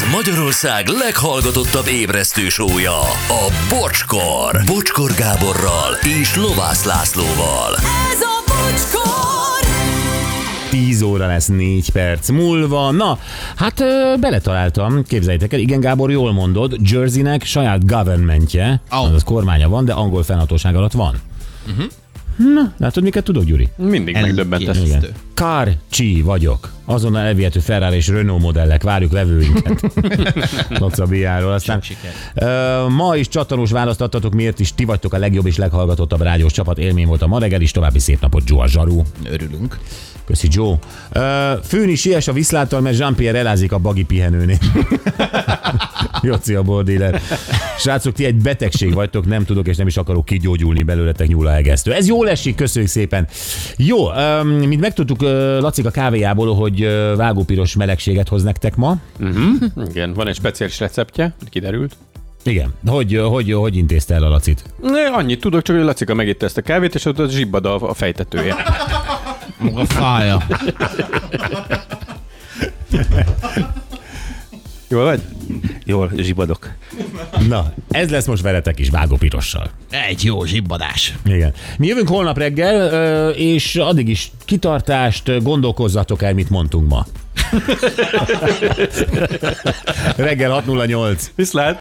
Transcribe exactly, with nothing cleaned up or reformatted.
Ez Magyarország leghallgatottabb ébresztő sója, a Bocskor. Bocskor Gáborral és Lovász Lászlóval. Ez a Bocskor! tíz óra lesz négy perc múlva. Na, hát ö, beletaláltam, képzeljétek el, igen Gábor, jól mondod, Jerseynek saját governmentje, Oh. azaz kormánya van, de angol fennhatóság alatt van. Uh-huh. Na, látod, miket tudok, Gyuri? Mindig megdöbbentes. Igen. Car-csi vagyok. Azonnal elvihető Ferrari és Renault modellek, várjuk vevőinket. Nocabiáról. Aztán uh, ma is csattanós választ adtatok, miért is ti vagytok a legjobb és leghallgatottabb rádiós csapat. Élmény volt a ma reggel is, további szép napot, Joe a zsaru. Örülünk. Köszi, Joe. Uh, főni siess a viszláttal, mert Jean-Pierre elázik a bagi pihenőnél. Joci a bordíler. Srácok, ti egy betegség vagytok, nem tudok és nem is akarok kigyógyulni belőletek, nyúlahegesztő. Ez jól esik, köszönjük szépen. Jó, um, mint megtudtuk uh, Lacik a kávéjából, hogy uh, vágópiros melegséget hoz nektek ma. Uh-huh. Igen, van egy speciális receptje, kiderült. Igen. Hogy, hogy, hogy intézte el a Lacit? Ne, annyit tudok, csak hogy Lacika megitte ezt a kávét, és ott az zsibbad a, a fejtetője. Maga fája. Jól vagy? Jól zsibadok. Na, ez lesz most veletek is vágópirossal. Egy jó zsibbadás. Igen. Mi jövünk holnap reggel, ö, és addig is kitartást, gondolkozzatok el, mit mondtunk ma. Reggel hat nulla nyolc. Viszlát!